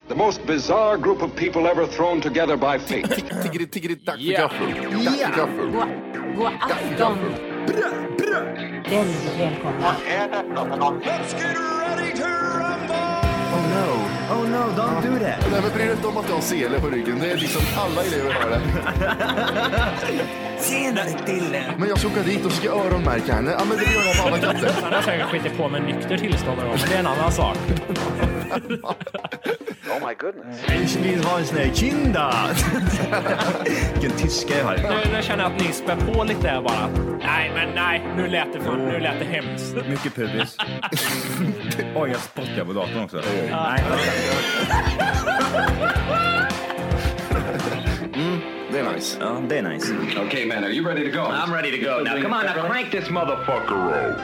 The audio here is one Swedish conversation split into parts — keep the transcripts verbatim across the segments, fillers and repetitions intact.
The most bizarre group of people ever thrown together by fate. Tiggeri, tiggeri, tack för Ja. gaffel. Tack för gaffel. God afton. Väldigt välkomna. Let's get ready to rumble! Oh no, oh no, don't do that. Nej, men bryr dig inte om att du har sele på ryggen. Det är liksom alla elever har det. Senare Dille. Men jag ska åka dit och ska öronmärka henne. Ja, men det gör jag på alla katter. Han har säkert skitit på med nykter tillstånd någon gång, men det är en annan sak. Oh my goodness. Ich vill ha en sån här kinda. Vilken tyska jag har. Nu, nu känner jag att ni spär på lite där bara. Nej, men nej, nu lät det, för, nu lät det hemskt. Mycket pubis. Oj, jag spottar på datorn också. Nej. Mm, det är nice. Ja, det är nice. Okay, man, are you ready to go? I'm ready to go. Now, come on, now crank this motherfucker up.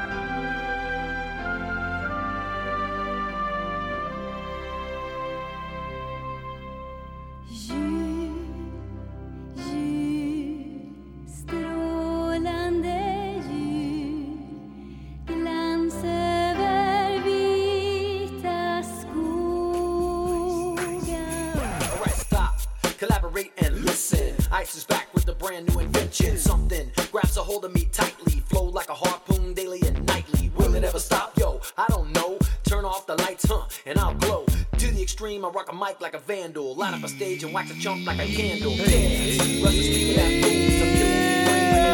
Ice is back with a brand new invention. Something grabs a hold of me tightly. Flow like a harpoon daily and nightly. Will it ever stop? Yo, I don't know. Turn off the lights, huh, and I'll glow. To the extreme, I rock a mic like a vandal. Light up a stage and wax a chump like a candle. Dance, rush the speaker that booms. I'm killing the brain like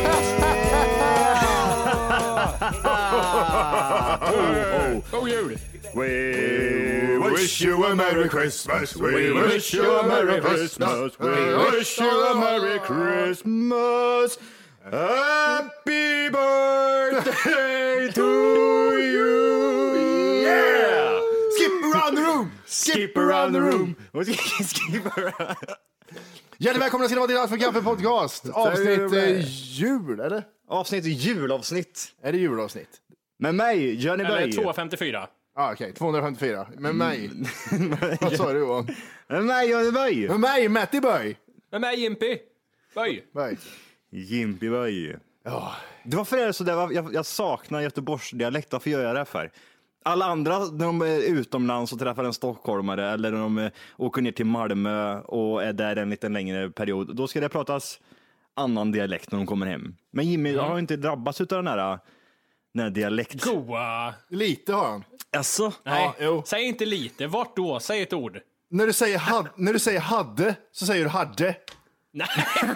a watch. God jul! We wish you a Merry Christmas. We wish you a Merry Christmas. We wish you a Merry Christmas. Happy birthday to you. Yeah! Skip around the room. Skip around the room. Skip around. Hjärtligt välkomna till Allt för kaffe podcast. Avsnitt eh, jul, eller? Avsnitt julavsnitt. Är det julavsnitt? Med mig, Johnny Eller Berg. tvåhundrafemtiofyra. Ah, okej, okay. tvåhundrafemtiofyra. Med mig. Vad sa du, Johan? Med mig, Johnny Berg. Med mig, Matti Berg. Med mig, Jimpy. Böj. Berg. Jimpy Berg. Ja. Det var för det så där, jag, jag saknar Göteborgsdialekt. Varför gör jag det för? Alla andra, när de är utomlands och träffar en stockholmare eller när de åker ner till Malmö och är där en lite längre period, då ska det pratas annan dialekt när de kommer hem. Men Jimmy mm. har inte drabbats av den här, den här dialekt. Goa. Lite har han. Alltså? Nej, Ja, jo. säg inte lite. Vart då? Säg ett ord. När du säger, had, när du säger hade, så säger du hade. Nej,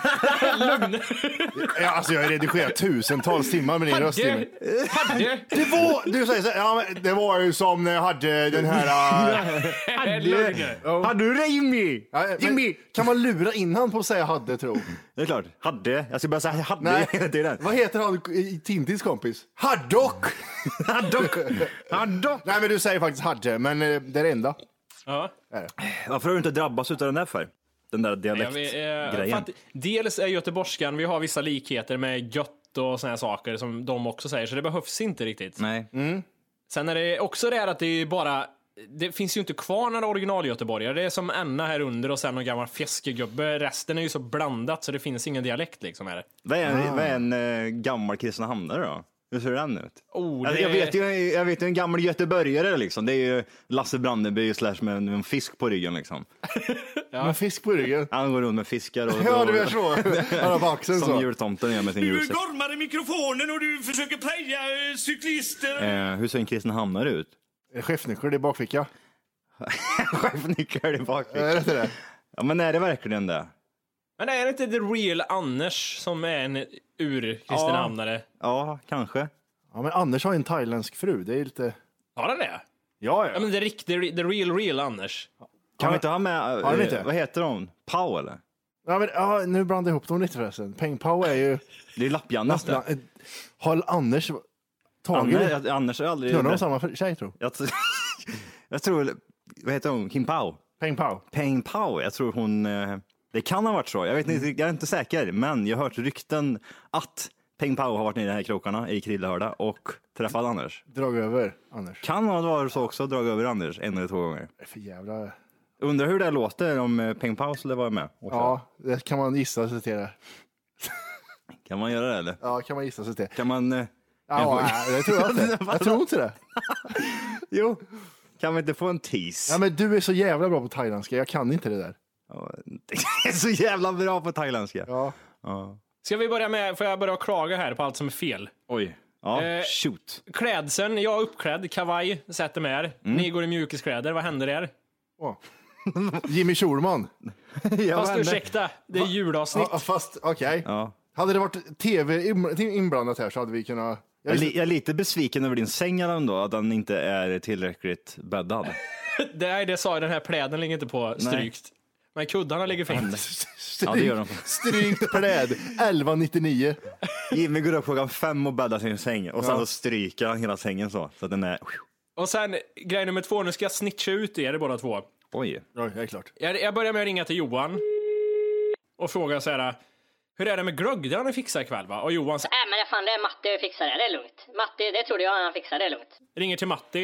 lugn. Ja, alltså jag har redigerat tusentals timmar med din röst. Hade. Hade. Det var, du säger så här, ja, men det var ju som när jag hade den här... Hade. Lugn. Uh, Hade du det, Jimmy? ja, men, Jimmy? kan man lura in han på att säga hade, tro? Det är klart. Hade. Jag ska bara säga hade. Nej. Det är den. Vad heter han i Tintins kompis? Haddock! Haddock. Haddock. Nej, men du säger faktiskt hade, men eh, det är det enda. Ja. Är det. Varför har du inte drabbats av den där för? Den där dialektgrejen. Eh, dels är göteborgskan, vi har vissa likheter med gött och såna här saker som de också säger, så det behövs inte riktigt. Nej. Mm. Sen är det också det att det är bara, det finns ju inte kvar några originalgöteborgare. Det är som Anna här under och sen någon gammal fiskegubbe. Resten är ju så blandat så det finns ingen dialekt liksom. Är det. Vad är en, vad är en uh, gammal Kristinehamnare då? Hur ser den ut? Oh, det... alltså, jag, vet ju, jag vet ju en gammal göteborgare liksom. Det är ju Lasse Brandeby slash med en, en fisk på ryggen liksom. Ja. Med fisk på ryggen. Han går runt med fiskar och... Ja, det är så. Han har baxen så. Som jultomten gör med sin julsäck. Du gormar i mikrofonen och du försöker preja uh, cyklister. Eh, hur ser en Kristinehamnare ut? Chefnyckel i bakficka. Chefnyckel i bakficka. Är det inte det? Ja, men är det verkligen det? Men är det inte the real Anders som är en ur-Kristinehamnare? Ja. ja, kanske. Ja, men Anders har ju en thailändsk fru. Det är lite... Har han det? Ja, ja. Ja, men det är riktigt, the real real Anders. Kan vi inte ha med... Har han inte? Vad heter hon? Pau eller? Ja, men ja, nu blandar jag ihop dem lite förresten. Peng Pau är ju... Det är Lappjannes det. Lappland... Har Anders tagit Anders, Anders är aldrig... Knullar de samma tjej, tror jag? T- jag tror... Vad heter hon? Kim Pau? Peng Pau. Peng Pau. Jag tror hon... Det kan ha varit så. Jag vet inte, jag är inte säker. Men jag har hört rykten att Peng Pau har varit nere i de här krokarna i Krillehörda och träffat Anders. Drag över Anders. Kan ha varit så också, drag över Anders en eller två gånger. Det är för jävla... Undrar hur det låter om Peng Pau skulle vara med också. Ja, det kan man gissa sig till det. Kan man göra det eller? Ja, kan man gissa sig till. Kan man... Ja, nej, det tror jag inte. Jag tror inte det. Jo. Kan vi inte få en tease? Ja, men du är så jävla bra på thailändska, jag kan inte det där. Ja, det är så jävla bra på thailändska. Ja. Ja. Ska vi börja med, får jag börja klaga här på allt som är fel? Oj. Ja, Eh, shoot. Klädseln, jag är uppklädd, kavaj, sätter mig här. Mm. Ni går i mjukiskläder, vad händer där? Åh. Jimmy Schulman. Ja, Fast men- ursäkta, det är julavsnitt. Ja, fast okej. Ja. Hade det varit tv in- inblandat här så hade vi kunnat... Jag är, li- jag är lite besviken över din säng ändå, att den inte är tillräckligt bäddad. Det, är, det sa jag, den här pläden ligger inte på strykt. Men kuddarna ligger fint. Ja, det gör de. Strykt pläd, elva nittionio. Jimmy går upp klockan fem och bäddar sin säng och sen Ja. så stryker han hela sängen så, så att den är... Och sen, grej nummer två, nu ska jag snitcha ut er båda två. Oj. Ja, det är klart. Jag, jag börjar med att ringa till Johan och fråga så här: hur är det med glögg? Det har ni fixat ikväll va? Och Johan Nej men fan, det är Matti som fixar det, det är lugnt. Matti, det trodde jag han fixar, det är lugnt. ringer till Matti.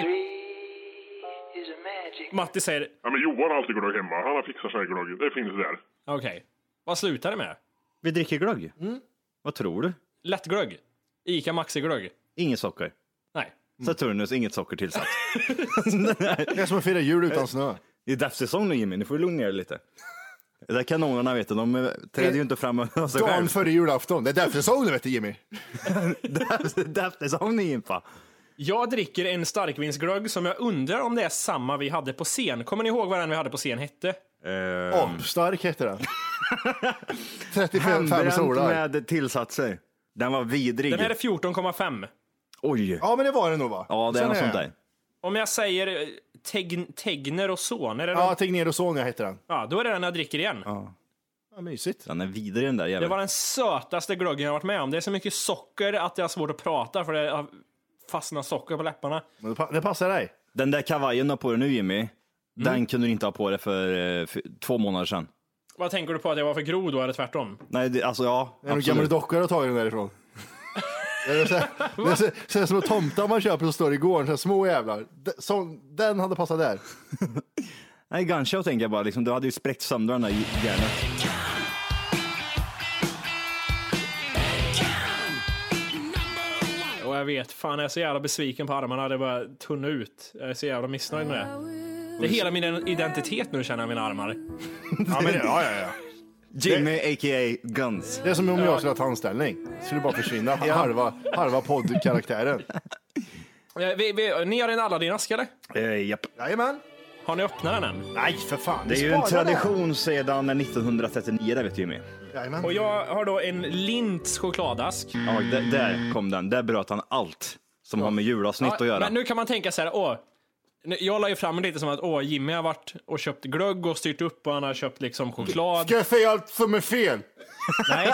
Matti säger, Ja, men Johan har alltid glögg hemma. Han har fixat sig glögg. Det finns där. okej, vad slutar det med? Vi dricker glögg. Vad tror du? Lättglögg? Ica Maxi-glögg? Inget socker. Nej. Saturnus, inget socker tillsatt. Det är som att fira jul utan snö. Det är däftsäsong nu Jimmy, nu får du lugna ner dig lite. Det där kanonerna vet du, de eh, träder ju inte fram av sig Dagen själv. före julafton. Det är därför så nu vet du Jimmy. Däftsäsong ni Jimpa. Jag dricker en starkvinsglögg som jag undrar om det är samma vi hade på scen. Kommer ni ihåg vad den vi hade på scen hette? Uh, Apstark heter den. trettiofem Hembränt solar. med tillsatser. Den var vidrig. Den här är fjorton komma fem. Oj. Ja, men det var det nog va? Ja, det är Sen något sånt där. Om jag säger eh, Tegn, Tegner och son, är det Ja, någon? Tegnér och Sonia heter den. Ja, då är det den jag dricker igen. Ja, mysigt. Den är vidrig den där Det jäveln. var den sötaste glöggen jag varit med om. Det är så mycket socker att jag har svårt att prata för det har fastnat socker på läpparna. Men det pa- det passar dig. Den där kavajen du har på dig nu Jimmy, Mm. den kunde du inte ha på dig för, eh, för två månader sedan. Vad tänker du på, att jag var för grov då eller tvärtom? Nej, det, alltså ja. En gammal dockor har tagit den därifrån. Det är så, det är så, så är som en tomta man köper som står i gården, så här små jävlar. De- Så, den hade passat där. Nej, ganska jag tänker bara, liksom, du hade ju spräckt sönder den där järnet. Och jag vet, fan jag är så jävla besviken på armarna, det bara tunna ut. Jag är så jävla missnöjd med det. Det är hela min identitet nu, känner jag, mina armar. Ja, men det, ja, ja, ja. Jimmy a k a. Guns. Det är som om jag skulle ha tandställning. Det skulle bara försvinna halva, halva poddkaraktären. Eh, Vi, vi, ni har en Aladdin-ask eller? Eh, japp. Jajamän. Har ni öppnat den än? Nej, för fan. Det är ju en tradition sedan nittonhundratrettionio, det vet Jimmy. Jajamän. Och jag har då en Lints chokladask. Ja, där, där kom den. Där bröt han allt som har med julavsnitt att göra. Men nu kan man tänka så här, åh, nu- jag la ju fram lite som att åh, Jimmy har varit och köpt glögg och styrt upp och han har köpt liksom choklad. Ska jag säga allt som är fel? Nej.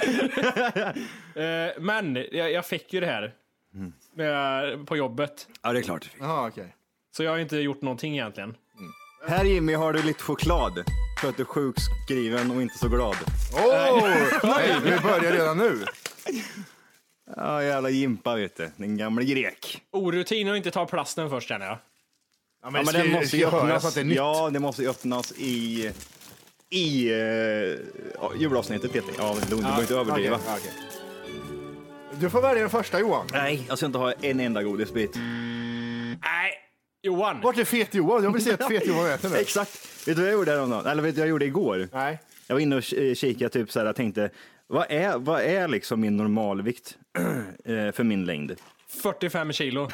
Eh, Men jag, jag fick ju det här eh, på jobbet. Ja, det är klart. Jaha, okej. Så jag har inte gjort någonting egentligen. Här Jimmy har du lite choklad. För att du är sjukskriven och inte så glad. Åh! Nej, vi börjar redan nu. Ja, jävla Jimpa vet du. Den gamla grek. Orutin och inte ta plasten först, känner jag. Ja, Ja, men ska den ju- måste ska ju jag höra öppnas. så att det är nytt. Ja, det måste ju öppnas i i uh, julavsnittet helt enkelt. Ja, du behöver inte överdriva. Okej, okej. Du får välja den första Johan. Nej, jag ska inte ha en enda godisbit. Nej, Johan. Vart är fet Johan? Jag vill se att fet Johan äter nu. Exakt. Vet du vad jag gjorde häromdagen? Eller vet du vad jag gjorde igår? Nej. Jag var inne och k- kikade typ så här, jag tänkte, vad är, vad är liksom min normalvikt eh, för min längd? fyrtiofem kilo.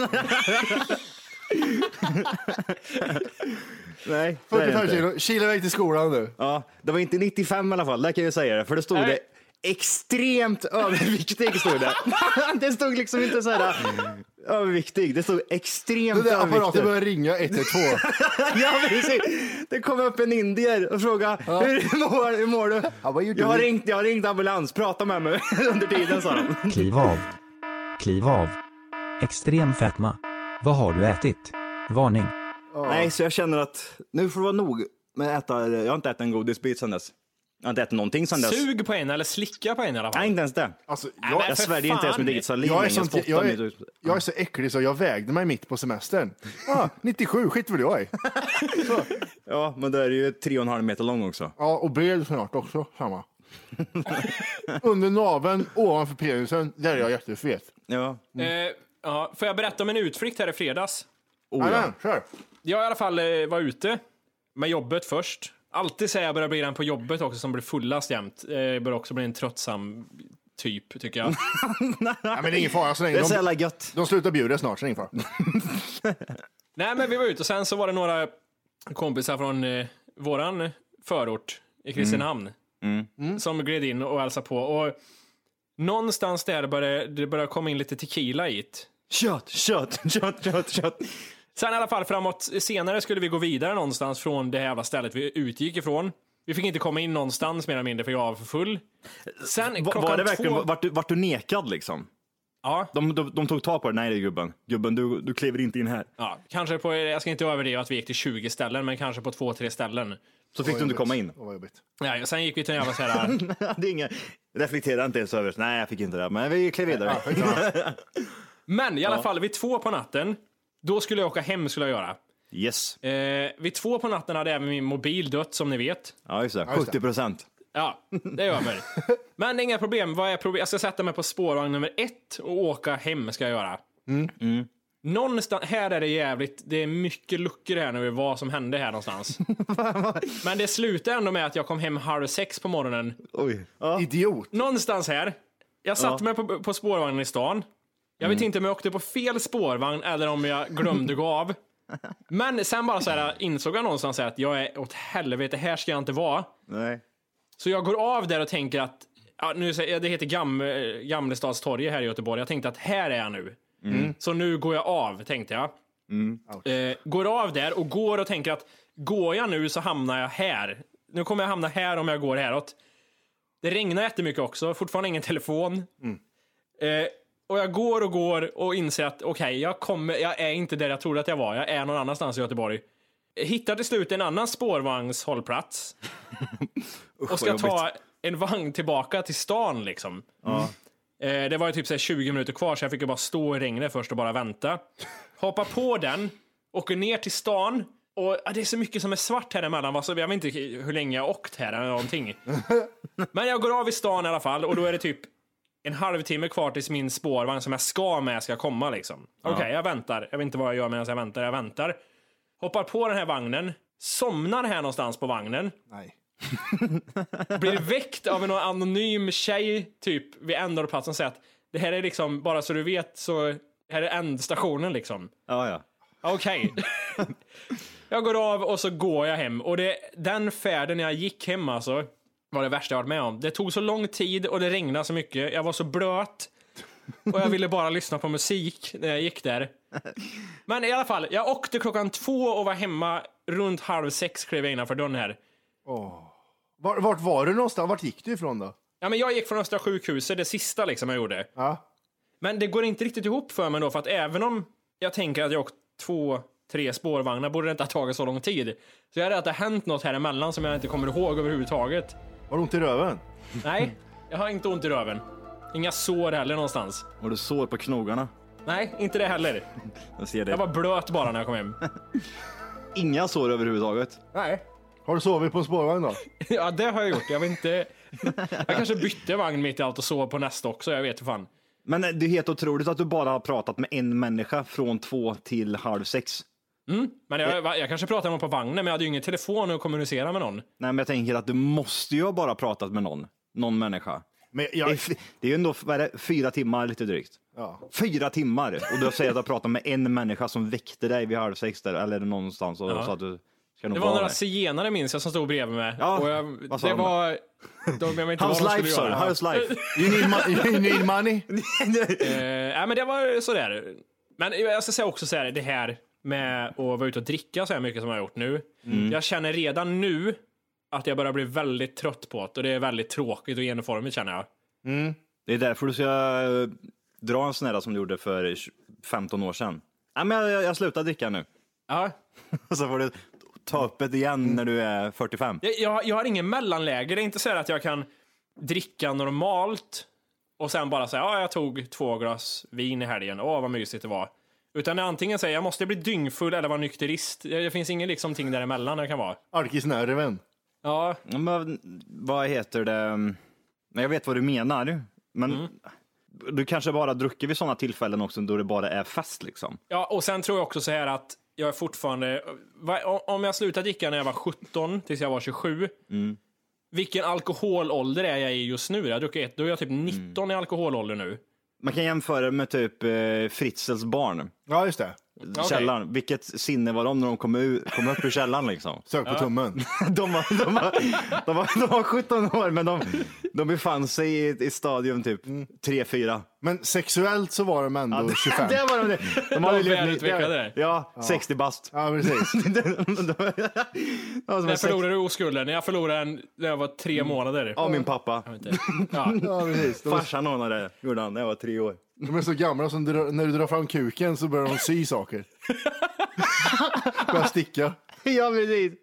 Nej, det är det fyrtiofem inte. kilo. Kiloväg till skolan nu. Ja, det var inte nittiofem i alla fall, där kan jag säga det. För det stod Nej. det extremt överviktig. Stod det. Det stod liksom inte så här överviktig, det stod extremt Den där apparaten överviktig. börjar ringa ett ett två. Ja, precis. Det kom upp en indier och frågade, hur, mår, hur mår du? vad gjorde jag, har du? ringt, jag har ringt ambulans, prata med mig under tiden, sa de. Kliv av. Kliv av. Extrem fetma. Vad har du ätit? Varning. Nej, så jag känner att nu får det vara nog med att äta, jag har inte ätit en godisbit sedan dess. Jag har inte ätit någonting sedan dess. Sug på en eller slicka på en i alla fall. Nej, inte ens det. Alltså, men jag, för Jag sväljer inte ens fan. mitt eget saliv jag, är längre. sånt, spottar jag, mitt är, ut. jag är så äcklig så jag vägde mig mitt på semestern. Ah, nittiosju, skit väl jag i. Så. Ja, men det är ju tre och en halv meter lång också. Ja, och bred snart också, samma. Under naveln, ovanför penisen, där är jag jättefet. Ja. Eh, ja, får jag berätta om en utflykt här i fredags? Oh, ja. Kör. Jag i alla fall eh, var ute med jobbet först. Alltid säger jag börjar bli den på jobbet också som blir fullast jämt. Eh, börjar också bli en tröttsam typ, tycker jag. Ja, men det är ingen fara så länge Det är så de, jävla gött. de slutar bjuda snart, så det är ingen fara. Nej, men vi var ute och sen så var det några kompisar från eh, våran förort i Kristinehamn Mm. mm. som gled in och hälsade på. Och någonstans där började det började komma in lite tequila i det. Kött, kött, kött, kött, kött. Sen i alla fall framåt senare skulle vi gå vidare någonstans från det jävla stället vi utgick ifrån. Vi fick inte komma in någonstans mer eller mindre för jag var för full. Sen Va, klockan var det verkligen, två... vart du, vart du nekad liksom? Ja. De, de, de tog tag på det. Nej, det är gubben. Gubben, du, du kliver inte in här. Ja, kanske på, jag ska inte överdriva att vi gick till tjugo ställen, men kanske på två, tre ställen. Så fick du inte komma in. Oh, vad jobbigt. Ja, sen gick vi till en jävla så här... Det är inga, reflektera inte ens över. Nej, jag fick inte det. Men vi klev vidare. Ja, men i alla ja. fall, vid två på natten, då skulle jag åka hem, skulle jag göra. Yes. Eh, vid två på natten hade även min mobil dött, som ni vet. Ja, just det. sjuttio procent. Ja, det gör väl. Men inga problem. Vad är problem? Jag ska sätta mig på spårvagn nummer ett och åka hem, ska jag göra. Mm. Mm. Någonstans, här är det jävligt, det är mycket luckor här nu vad som hände här någonstans. Men det slutade ändå med att jag kom hem halv sex på morgonen. Oj. Ja. Idiot. Någonstans här. Jag satt ja. mig på, på spårvagnen i stan. Jag vet mm. inte om jag åkte på fel spårvagn eller om jag glömde gå av. Men sen bara så här insåg jag någonstans att jag är åt helvete, här ska jag inte vara. Nej. Så jag går av där och tänker att ja, nu, det heter Gam, Gamlestadstorget här i Göteborg. Jag tänkte att här är jag nu. Mm. Så nu går jag av, tänkte jag. Mm. Eh, går av där och går och tänker att går jag nu så hamnar jag här. Nu kommer jag hamna här om jag går häråt. Det regnar jättemycket också, fortfarande ingen telefon. Mm. Eh, och jag går och går och inser att okej, okay, jag kommer, jag är inte där jag trodde att jag var. Jag är någon annanstans i Göteborg. Jag hittar till slut en annan spårvagnshållplats. Och ska ta en vagn tillbaka till stan liksom. Ja. Eh, det var ju typ så här tjugo minuter kvar, så jag fick ju bara stå i regnet först och bara vänta. Hoppa på den, åker ner till stan. Och ja, det är så mycket som är svart här emellan. Alltså, jag vet inte hur länge jag har åkt här eller någonting. Men jag går av i stan i alla fall. Och då är det typ en halvtimme kvar tills min spårvagn som jag ska med ska komma liksom. Okej, okay, ja. jag väntar. Jag vet inte vad jag gör medan jag väntar. Jag väntar. Hoppar på den här vagnen. Somnar här någonstans på vagnen. Nej. Blir väckt av en anonym tjej typ vid ändhållplatsen och säger att det här är liksom, bara så du vet, så här är ändstationen liksom. Ja, ja. Okej. Okay. Jag går av och så går jag hem. Och det, den färden jag gick hem alltså var det värsta jag varit med om. Det tog så lång tid och det regnade så mycket. Jag var så blöt. Och jag ville bara lyssna på musik när jag gick där. Men i alla fall, jag åkte klockan två och var hemma runt halv sex, klev jag innanför dörren här. Oh. Var, vart var du någonstans? Vart gick du ifrån då? Ja, men jag gick från Östra sjukhuset, det sista liksom jag gjorde. Ja. Men det går inte riktigt ihop för mig då, för att även om jag tänker att jag åkt två, tre spårvagnar borde det inte ha tagit så lång tid. Så jag hade att det hänt något här emellan som jag inte kommer ihåg överhuvudtaget. Har du ont i röven? Nej, jag har inte ont i röven. Inga sår heller någonstans. Har du sår på knogarna? Nej, inte det heller. Jag ser det. Jag var blöt bara när jag kom hem. Inga sår överhuvudtaget? Nej. Har du sovit på en spårvagn då? Ja, det har jag gjort. Jag vet inte. Jag kanske bytte vagn mitt i allt och sov på nästa också. Jag vet inte fan. Men det är helt otroligt att du bara har pratat med en människa från två till halv sex. Mm, men jag, jag kanske pratade med på vagnen, men jag hade ju ingen telefon att kommunicera med någon. Nej, men jag tänker att du måste ju ha bara pratat med någon. Någon människa. Men jag... det, är, det är ju ändå vad är det, fyra timmar lite drygt. Ja. Fyra timmar. Och du säger att du har pratat med en människa som väckte dig vid halv sex där, eller någonstans och ja. sa att du ska nog det var några där. zigenare minns jag som stod bredvid mig. Ja, och jag, det var... De, jag vet inte How's vad life, sir? How's life? You need, mo- you need money? uh, ja, men det var sådär. Men jag ska säga också så här, det här med att vara ute och dricka så här mycket som jag har gjort nu. Mm. Jag känner redan nu att jag börjar bli väldigt trött på det. Och det är väldigt tråkigt och enformigt, känner jag. Mm. Det är därför du ska uh, dra en sån här som du gjorde för femton år sedan. Ja, men jag, jag slutar dricka nu. Ja. Så får du ta upp det igen när du är fyrtiofem. Jag, jag, jag har ingen mellanläge. Det är inte så här att jag kan dricka normalt och sen bara säga, ja, jag tog två glas vin i helgen. Åh, vad mysigt det var. Utan det är antingen säga, jag måste bli dyngfull eller vara nykterist. Det finns ingen liksom ting däremellan det kan vara. Alkisnerven. Ja. Men vad heter det? Jag vet vad du menar. Men mm. du kanske bara druckit vid sådana tillfällen också då det bara är fest liksom. Ja, och sen tror jag också så här att jag är fortfarande... Om jag slutade dricka när jag var sjutton tills jag var tjugosju, Mm. vilken alkoholålder är jag i just nu? Jag druckit ett, då är jag typ nitton mm. i alkoholålder nu. Man kan jämföra med typ eh, Fritzels barn. Ja, just det. Källaren. Okay. Vilket sinne var de när de kom, ut, kom upp ur källaren liksom? Sök på ja. tummen. de, var, de, var, de, var, de var sjutton år, men de, de befann sig i, i stadium typ mm. tre fyra. Men sexuellt så var de ändå ja, tjugofem. Det var de det. De hade välutvecklade. Ja, ja, sextio bast. Ja, precis. När förlorade du oskulden? Jag förlorade en när jag var tre mm. månader. Ja, min pappa. Ja, ja precis. Farsan ordnade det, gjorde han, när jag var tre år. De är så gamla så när du drar fram kuken så börjar de sy saker. Börjar sticka. Ja, precis.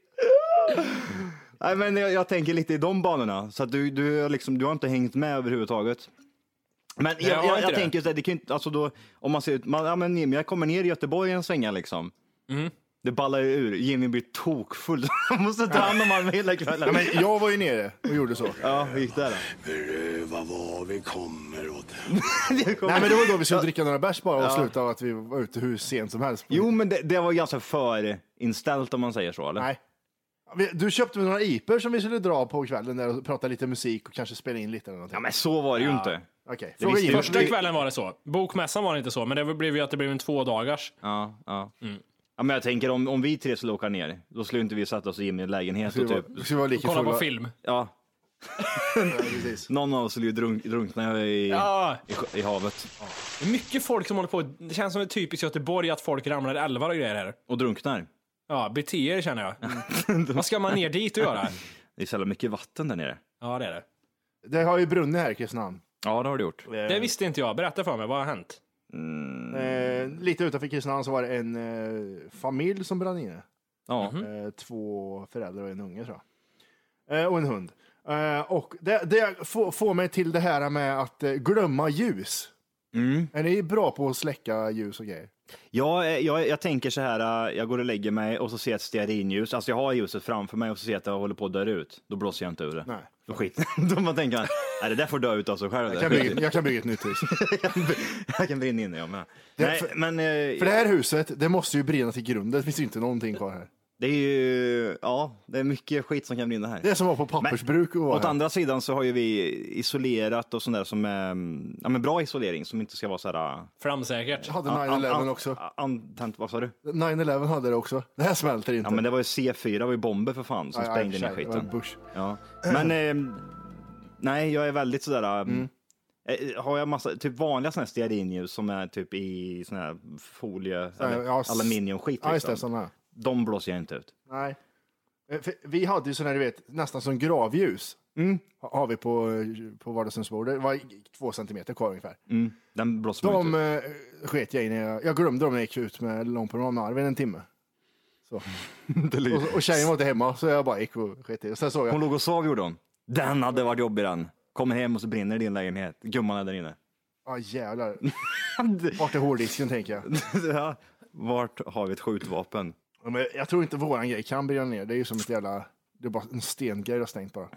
Nej, men jag, jag tänker lite i de banorna. Så att du, du, liksom, du har inte hängt med överhuvudtaget. Men jag, jag, jag, jag tänker så här, det kan inte, alltså då, om man ser ut, man, ja men Jimmy, jag kommer ner i Göteborg en svänga liksom. Mm. Det ballar ju ur, Jimmy blir tokfull. Jag måste ta hand om honom hela kvällen. Ja, men jag var ju nere och gjorde så. Ja, hur gick det då? Pröva vad vi kommer åt. Nej, men det var då vi skulle dricka några bärs bara och ja. sluta av att vi var ute hur sent som helst. Jo, men det, det var ganska förinställt om man säger så, eller? Nej. Du köpte några iper som vi skulle dra på kvällen där och prata lite musik och kanske spela in lite eller någonting. Ja, men så var det ju ja. inte. Okej. Okay. Första kvällen var det så. Bokmässan var det inte så, men det blev ju att det blev en två dagars. Ja, ja. Mm. Ja, men jag tänker om, om vi tre skulle åka ner, då skulle inte vi sätta oss i min lägenhet och typ vara, vara lika kolla fulla. på film. Ja. Någon av oss skulle ju drunk, drunkna i, ja. i, i havet. Ja. Det är mycket folk som håller på. Det känns som ett typiskt Göteborg att folk ramlar i älvar och grejer här. Och drunknar. Ja, beter känner jag. Mm. Vad ska man ner dit och göra? Det är så mycket vatten där nere. Ja, det är det. Det har ju brunnit här i Kristinehamn. Ja, det har det gjort. Det visste inte jag. Berätta för mig, vad har hänt? Mm. Eh, lite utanför Kristinehamn så var det en eh, familj som brann inne. Ja. Mm-hmm. Eh, två föräldrar och en unge tror jag. Eh, och en hund. Eh, och det, det får, får mig till det här med att eh, glömma ljus. Mm. Är ni bra på att släcka ljus och grejer? Ja, jag, jag tänker så här, jag går och lägger mig och så ser jag ett stearinljus. Alltså jag har ljuset framför mig och så ser jag att jag håller på att dö ut. Då blåser jag inte ur det. Nej. Då skit. Då man tänker, nej, det där får dö ut av sig själv. Jag kan bygga, jag kan bygga ett nytt hus. Jag kan brinna in, jag med. Det, nej, för, men, för det här huset, det måste ju brinna till grunden. Det finns ju inte någonting kvar här. Det är ju, ja, det är mycket skit som kan brinna här. Det är som var på pappersbruk. Och åt andra sidan så har ju vi isolerat och sånt där som är, ja men bra isolering som inte ska vara så här. Framsäkert. Jag hade nine eleven också. Antänt, vad sa du? nine eleven hade det också. Det här smälter inte. Ja, men det var ju C fyra, det var ju bomber för fan som aj, sprängde aj, den här skiten. Bush. Ja. Men eh, nej, jag är väldigt sådär. Mm. Har jag massa typ vanliga såna här stearinljus som är typ i sån här folie, så, eller, ja, aluminiumskit liksom. Ja, just det, såna. De blåser jag inte ut. Nej. För vi hade ju såna, du vet, nästan som gravljus. Mm. Har vi på, på vardagsrumsbordet. Det var två centimeter kvar ungefär. Mm. Den blåser de ut. De sket jag in i. Jag glömde dem när jag gick ut med långt på Arvin en timme. Så. och, och tjejen var inte hemma så jag bara gick och sket i. Sen såg jag. Hon låg och sov, gjorde hon. Den hade varit jobbig den. Kommer hem och så brinner din lägenhet. Gumman är där inne. Ja, ah, jävlar. Vart är hårddisken, tänker jag. Ja. Vart har vi ett skjutvapen? Ja, men jag tror inte våran grej kan brinna ner. Det är ju som ett jävla... Det är bara en stengrej jag stängt bara.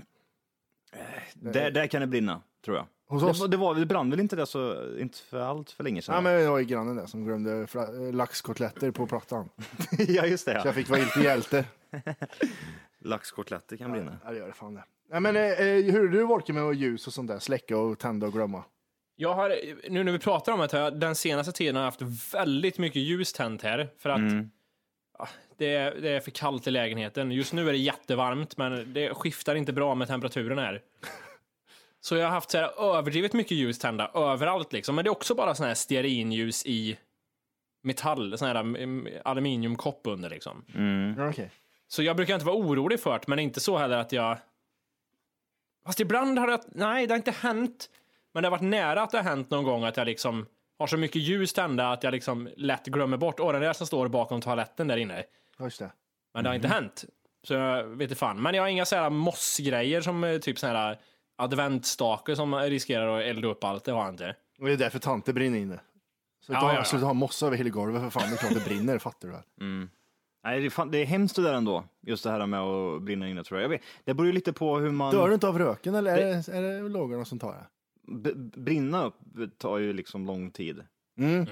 Där, där kan det brinna, tror jag. Hos oss? Det, det, var, det brann väl inte det så, inte för allt för länge sedan? Ja, men det var ju grannen där som glömde laxkotletter på plattan. Ja, just det. Ja. Så jag fick vara lite hjälte. Laxkotletter kan brinna. Ja, det gör det fan det. Nej, men eh, hur är du orkar med ljus och sånt där? Släcka och tända och glömma? Jag har, nu när vi pratar om det här, den senaste tiden har jag haft väldigt mycket ljus tänt här. För att mm. ja, det, är, det är för kallt i lägenheten. Just nu är det jättevarmt, men det skiftar inte bra med temperaturen här. Så jag har haft så här överdrivet mycket ljus tända överallt liksom. Men det är också bara sån här stearinljus i metall, sån här aluminiumkopp under liksom. Mm. Okay. Så jag brukar inte vara orolig för det, men inte så heller att jag... Fast ibland har det... Nej, det har inte hänt. Men det har varit nära att det har hänt någon gång att jag liksom har så mycket ljus tända att jag liksom lätt glömmer bort. Åh, den där som står bakom toaletten där inne. Just det. Men det har inte mm. hänt. Så jag vet inte fan. Men jag har inga så här mossgrejer som typ så här adventstake som riskerar att elda upp allt. Det har jag inte. Och det är därför tanter brinner inne. Så ja, att ja, ja. Så du har mossa över hela golvet för fan. Det är klart det brinner, fattar du väl? Mm. Nej, det är, fan, det är hemskt det där ändå. Just det här med att brinna inne, tror jag. jag vet, det beror ju lite på hur man... Dör du inte av röken eller det... är, det, är det lågorna som tar det? B- brinna upp tar ju liksom lång tid. Mm. Mm.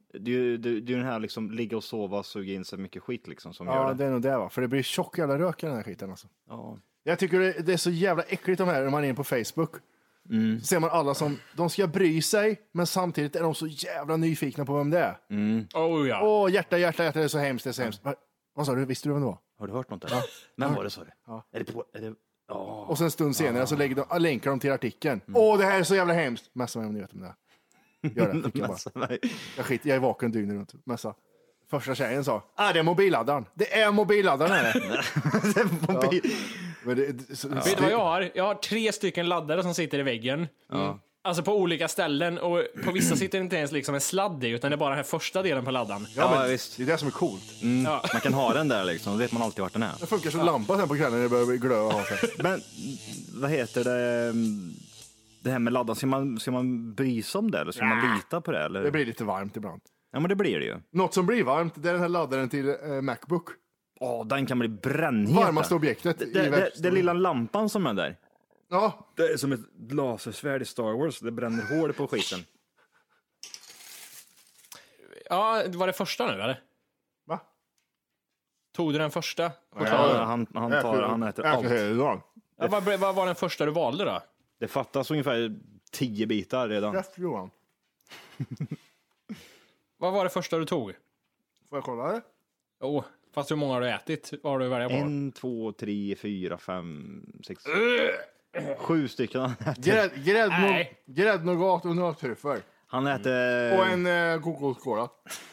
Det är ju det, det är den här liksom ligga och sova och suga in så mycket skit liksom som ja, gör det. det är nog det va. För det blir tjock jävla rök i den här skiten alltså. Ja. Jag tycker det, det är så jävla äckligt de här när man är inne på Facebook. Mm. Så ser man alla som, de ska bry sig, men samtidigt är de så jävla nyfikna på vem det är. Mm. Oh ja. Åh, hjärta, hjärta, hjärta, det är så hemskt, det är så hemskt. Va, vad sa du, visste du vem det var? Har du hört något där? Ja. Vem var det sa du? Ja. Är det på, är det... Oh. Och sen en stund senare Ja. så lägger de, länkar de till artikeln. Åh, mm. det här är så jävla hemskt. Messa mig om ni vet om det är. Gör det, fick jag bara. Jag skit, jag är vaken dygnet runt. Messa. Första tjejen sa, ah, det är mobilladdaren. Det är mobilladdaren här. Det är mobil... ja. Men det, det, så, ja. Vet du vad jag har? Jag har tre stycken laddare som sitter i väggen. Ja. Alltså på olika ställen. Och på vissa sitter det inte ens liksom en sladd i, utan det är bara den här första delen på laddaren. Ja, men ja visst. Det är det som är coolt. Mm. Ja. Man kan ha den där liksom, då vet man alltid vart den är. Det funkar som lampa sen på kvällen när det börjar glöa och ha sig. Men vad heter det? Det här med laddan, ska man, ska man bry sig om det eller ska ja. man lita på det? Eller? Det blir lite varmt ibland. Ja, men det blir det ju. Något som blir varmt, det är den här laddaren till eh, Macbook. Åh, oh, den kan bli brännhet. Varmaste objektet det, i det, det, det lilla lampan som är där. Ja. Det är som ett lasersvärd i Star Wars. Det bränner hål på skiten. Ja, var det första nu eller? Va? Tog du den första? Ja, han, han, tar, han äter allt. Ja, vad, vad var den första du valde då? Det fattas ungefär tio bitar redan. Rätt, Johan. Vad var det första du tog? Får jag kolla det? Oh, fast hur många har du ätit? Vad har du välja på? En, två, tre, fyra, fem, sex, sju stycken. Gräddnougat och nöttryffel. Han äter... Och en eh, kokoskola.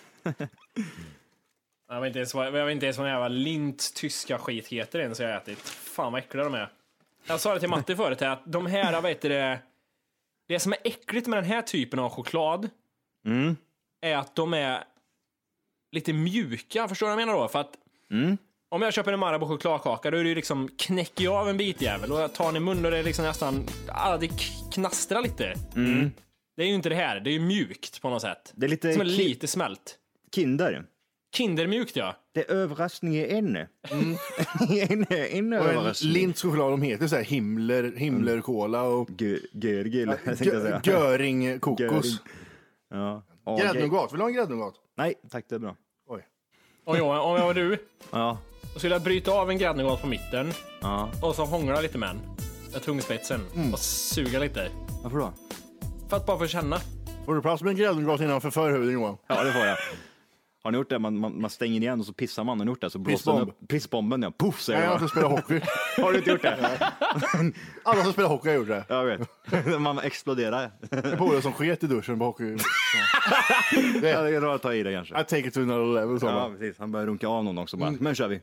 Jag vet inte ens vad, jag vet inte ens vad jävla lint tyska skit heter ens jag har ätit. Fan vad äckliga de är. Jag sa det till Matti förut att de här, vet du det, det som är äckligt med den här typen av choklad mm. är att de är lite mjuka, förstår du vad jag menar då? För att mm. om jag köper en Marabou chokladkaka då är det ju liksom, knäcker jag av en bit jävel och jag tar den i mun och det är liksom nästan, ah, det knastrar lite. Mm. Det är ju inte det här, det är ju mjukt på något sätt. Det är lite som är lite smält. Kinder. Kindermjukt, ja. Det är överraskning i en. Mm. en, en och en lintchoklad, de heter så här Himmler, Himmler-cola och Görgil. Ja, Göring kokos. Ja. Gräddnougat, vill du ha en gräddnougat? Nej, tack, det är bra. Oj. Och jag, om jag var du, ja. då skulle jag bryta av en gräddnougat på mitten ja. och så hångla lite med den. Med tungspetsen mm. och suga lite. Varför då? För att bara få känna. Får du plats med en gräddnougat innanför förhuden, Johan? Ja, det får jag. Har ni gjort det? Man, man, man stänger igen och så pissar man. Har ni gjort det? Så blåser den upp. Pissbomben, ja. Puff, säger jag. Nej, jag har inte spelat hockey. Har du inte gjort det? Alla som spelar hockey har gjort det. Jag vet. Man exploderar. Det är som sket i duschen på hockey. det är det bra att ta i det kanske. I take it to another level. Så ja, precis. Han börjar runka av någon också bara. Mm. Men kör vi.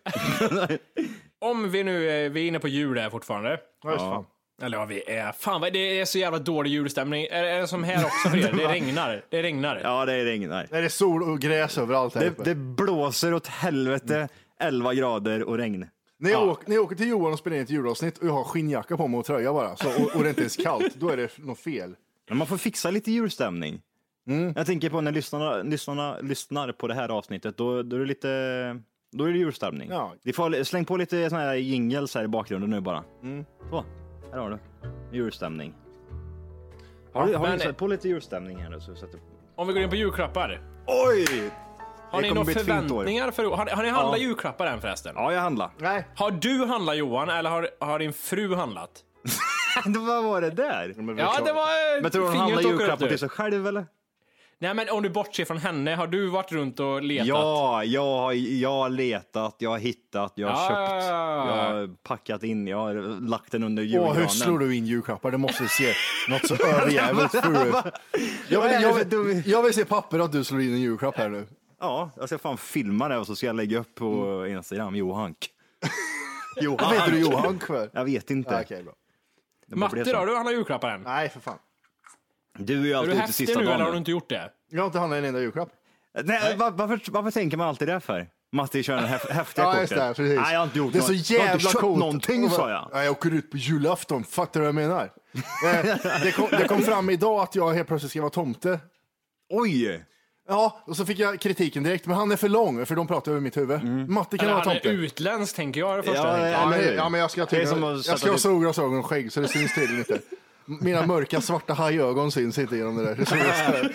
Om vi nu är, vi är inne på jul här fortfarande. Ja, just fan. Eller ja, vi är. Fan, vad det är så jävla dålig julstämning. Är, är det som här också för er? Det regnar. Det regnar. Ja, det regnar. Det är sol och gräs överallt här det, det blåser åt helvete. Mm. elva grader och regn. När jag, ja. åker, när jag åker till Johan och spelar in ett julavsnitt och jag har skinnjacka på mig och tröja bara, så, och, och det är inte ens kallt, då är det något fel. Men man får fixa lite julstämning. Mm. Jag tänker på när lyssnarna, lyssnarna lyssnar på det här avsnittet, då, då är det lite... Då är det julstämning. Ja. Vi får släng på lite såna här jingles här i bakgrunden nu bara. Mm. Så, här har du. Julstämning. Har du, har men, du satt på lite julstämning här nu? Så sätter... Om vi går in på julklappar. Oj! Har ni några förväntningar för har, har ni handlat ja. julklappar än förresten? Ja, jag handlar. Nej. Har du handlat, Johan, eller har, har din fru handlat? Vad var det där? Ja, ja det var... Men tror du hon handlar julklappar till sig själv eller? Nej, men om du bortser från henne, har du varit runt och letat? Ja, jag har, jag har letat, jag har hittat, jag har ah. köpt, jag har packat in, jag har lagt den under julgranen. Åh, hur slår du in julklappar? Det måste se något så överjävligt för jag, vill, jag, vill, jag vill se papper att du slår in en julklapp här nu. Ja, jag ska fan filma det och så ska jag lägga upp på mm. Instagram, Johank. Johank. Vad heter du Johank för? Jag vet inte. Ah, okay, bra. Matte då, du handlar julklappar än? Nej, för fan. Du är ju alltid är du ute sista dagen. nu eller har du inte gjort det? Jag har inte handlat en enda julklapp. Nej, Nej. Var, varför, varför tänker man alltid det för? Matti kör den häf- häftiga ja, kortet. Det, precis. Nej, jag har inte gjort det är så jävla jag har inte köpt coolt. någonting, sa jag. Nej, jag åker ut på julafton, fattar du vad jag menar? det, kom, det kom fram idag att jag helt plötsligt ska vara tomte. Oj! Ja, och så fick jag kritiken direkt, men han är för lång, för de pratar över mitt huvud. Mm. Matte kan vara tomte. Han är utländsk, tänker jag. Det första ja, jag ja, men, ja, men jag ska, typ, jag, jag ska ha solglasögon och skägg, så det syns tydligen inte. Mina mörka svarta hajögon syns inte genom det där.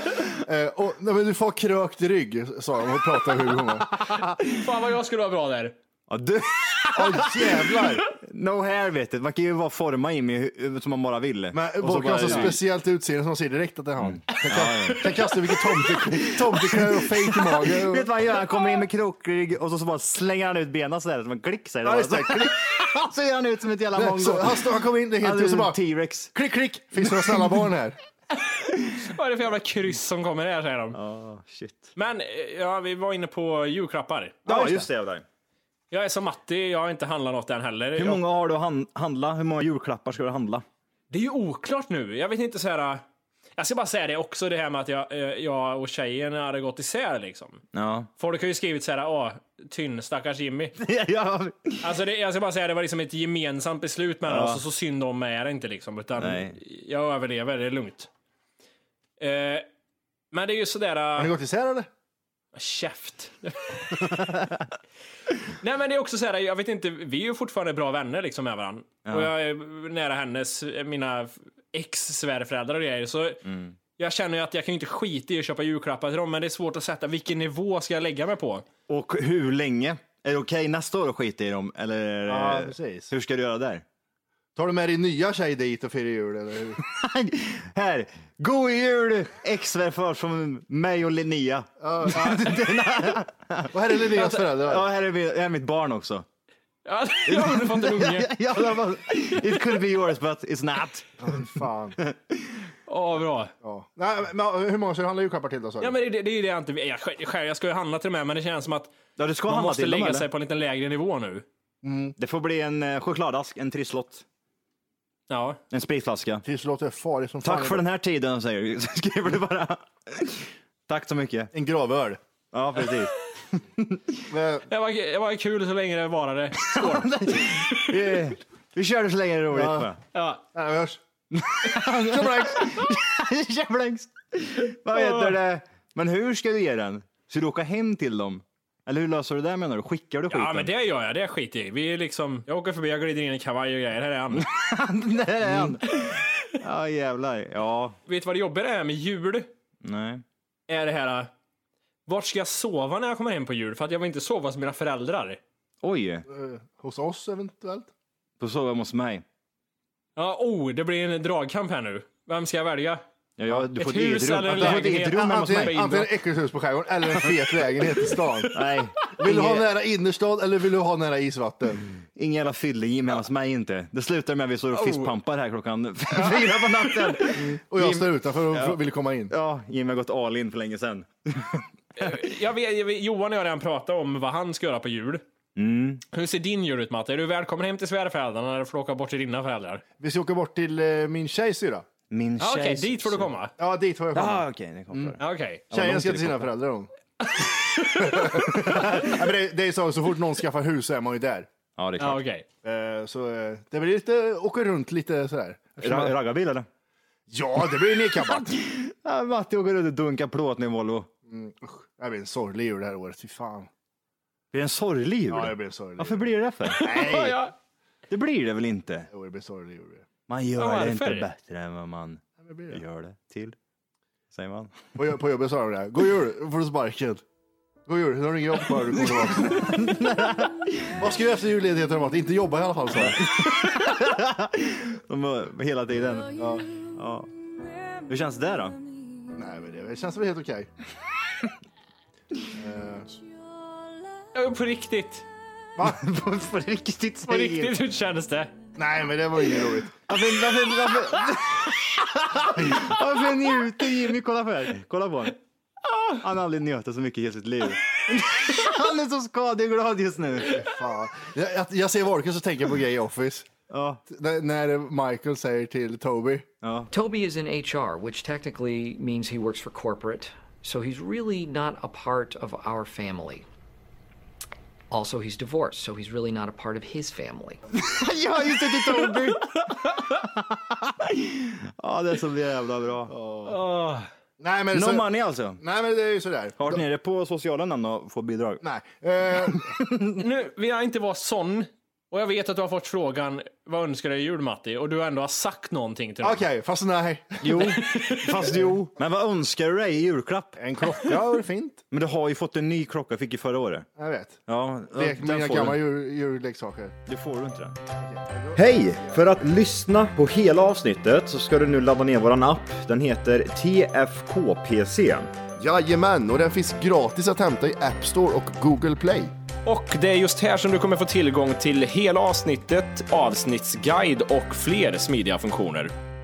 Eh, och, nej, men du får krökt rygg, sa de och pratade hur hon var. Fan vad jag skulle vara bra där. Ja, du... Åh jävlar! No hair vet du. Man kan ju vara forma in i som man bara vill. Men Och så folk har så bara- speciellt utseende som man ser direkt att det är han. Kan, kan kasta vilket tomteknö och fejk i magen. Vet du vad han gör? Han kommer in med krokrygg och så, så bara slänger han ut benen sådär som en klick säger Ja, just det. Klick. Så ser han ut som ett jävla Nej, mongo. så, han, stod, han kom in det helt Han och så är bara en T-rex. klick, klick. Finns det några snälla barn här? Vad är det för jävla kryss som kommer här, säger de. Oh, shit. Men eh, ja, vi var inne på julklappar. Ja, just det jävlar. Jag är som Matti, jag har inte handlat något än heller. Hur jag... många har du att handla? Hur många julklappar ska du handla? Det är ju oklart nu. Jag vet inte så här. Jag ska bara säga det också, det här med att jag, eh, jag och tjejen hade gått isär liksom. Ja. Folk har ju skrivit så här, åh, tynn, stackars Jimmy. ja. Alltså det, jag ska bara säga, det var liksom ett gemensamt beslut mellan Ja. oss och så synd om mig är det inte liksom, utan Nej. jag överlever, det är lugnt. Eh, men det är ju sådär... Har ni gått isär eller? Käft. Nej men det är också så här, jag vet inte, vi är ju fortfarande bra vänner liksom med varandra. Ja. Och jag är nära hennes, mina ex-svärföräldrar och grejer, så Mm. jag känner ju att jag kan ju inte skita i att köpa julklappar till dem, men det är svårt att sätta vilken nivå ska jag lägga mig på. Och hur länge? Är det okej nästa år att skita i dem? Eller Ja, precis. hur ska du göra där? Tar du med din nya tjej dit och firar jul eller hur? Här, god jul ex-svärfar från mig och Linnea. Ja, och här är Linneas föräldrar. Ja, här är, vi, här är mitt barn också. Ja, jag har fått en unge. ja, det var, it could be yours but it's not. Ja, fan. Åh, bra. Ja. Nej, men hur många ska du handla julklappar till då? Så? Ja, men det, det är ju det jag inte... Jag, själv, jag ska ju handla till dem, men det känns som att Ja, du ska man handla måste till dem, lägga eller? sig på en lite lägre nivå nu. Mm. Det får bli en eh, chokladask, en trisslott, Ja. en spritflaska. Trisslott är farligt som fan. Tack för den här tiden, säger du. Så skriver du bara. Tack så mycket. En gravöl. Ja, precis. Men, Det var, det var kul så länge det varade. Skål. vi, vi kör det så länge det är roligt. Ja. bara. Ja. ja, vi hörs. Tjablanks. Tjablanks. Vad heter det? Men hur ska du ge den? Ska du åka hem till dem? Eller hur löser du det, menar du? Skickar du skiten? Ja, men det gör jag. Det skiter jag i. Vi är liksom... Jag åker förbi, jag glider in i en kavaj och grejer. Här är han. Det är han. Ja, jävlar. Ja. Vet du vad det jobbiga är med jul? Nej. Är det här... äh, Vart ska jag sova när jag kommer hem på jul? För att jag vill inte sova hos mina föräldrar. Oj. Eh, hos oss eventuellt. Då sover jag hos mig. Ja, oh, det blir en dragkamp här nu. Vem ska jag välja? Ja, ja, du Ett får ett hus edrum. eller en Du får ett lägenhet? edrum hemma hos mig. Antingen, antingen ett äckligt hus på skärgården eller en fet lägenhet i stan. Nej. Vill du ha Ingen- nära innerstad eller vill du ha nära isvatten? Ingen jävla fyllegim hemma hos mig inte. Det slutar med att vi står och Oh. fistpampar här klockan fyra på natten. Och jag Jim- står utanför och Ja. vill komma in. Ja, Jimmy har gått all in för länge sedan. Jag vet, jag vet, Johan och jag har redan pratat om vad han ska göra på jul. Mm. Hur ser din jul ut, Matte? Är du välkommen hem till svärföräldrarna eller får du åka bort till dina föräldrar? Vi ska åka bort till eh, min tjejs syra. Min Ja, okej, tjejs- dit får du komma. Ja, dit får jag komma. Ja, okej, det kommer. Ja, okej. Ja, Tjejen långt ska är till det sina kvar. föräldrar hon. ja, men det, det är så, så fort någon skaffar hus så är man ju där. Ja, det är Ja, klart. okej. Eh, så eh, det blir lite, åka runt lite sådär. Ra- Raggarbil eller? Ja, det blir nedkabbat. Ja, Matti åker ut och dunkar plåt med en Volvo. Mm, usch, det blir en sorglig jul det här året, fy fan. Det är en sorglig jul. Ja, det blir en sorglig Varför jul. blir det för? Nej, Ja, Det blir det väl inte? jo, det blir sorglig jul. Man gör Ja, det inte varför? bättre än vad man Ja, det blir det. gör det till. Säger man. På, jo- på jobbet sa de det här. God jul, då får du sparken. God jul, nu har du ingen jobb kvar. Du kommer tillbaka. Vad ska du efter julledigheten om att inte jobba i alla fall? Så. De var hela tiden. Ja. Ja. Hur känns det då? Nej, men det känns väl helt okej. Eh, Ja, på riktigt. Va? på, på riktigt På riktigt, hur känns det? Nej, men det var inget roligt. Varför, varför, varför, varför njuter Jimmy? Kolla på här. Kolla på honom. Han har aldrig njöt så mycket i hela sitt liv. Han är så skadeglad just nu. Fan. Jag, jag, jag ser Volken så tänker jag på Gay Office. Ja. N- när Michael säger till Toby. Ja. Toby is in H R, which technically means he works for corporate, so he's really not a part of our family. Also, he's divorced, so he's really not a part of his family. Ja, just det, till Toby. Ja, det är så jävla bra. Åh. Nej, men No så, money alltså. nej, men det är ju sådär. Har du nere på sociala namn och får bidrag? Nej. Eh, Nu vill jag inte vara sån Och jag vet att du har fått frågan, vad önskar du i jul, Matti? Och du ändå har sagt någonting till dem. Okej, okay, fast nej. Jo, fast jo. Men vad önskar du dig i julklapp? En klocka, var det fint? Men du har ju fått en ny klocka, fick ju förra året. Jag vet. Ja, Lek med mina gamla julleksaker. Det får du inte det. Okay. Hej! För att lyssna på hela avsnittet så ska du nu ladda ner våran app. Den heter T F K P C. Jajamän, och den finns gratis att hämta i App Store och Google Play. Och det är just här som du kommer få tillgång till hela avsnittet, avsnittsguide och fler smidiga funktioner.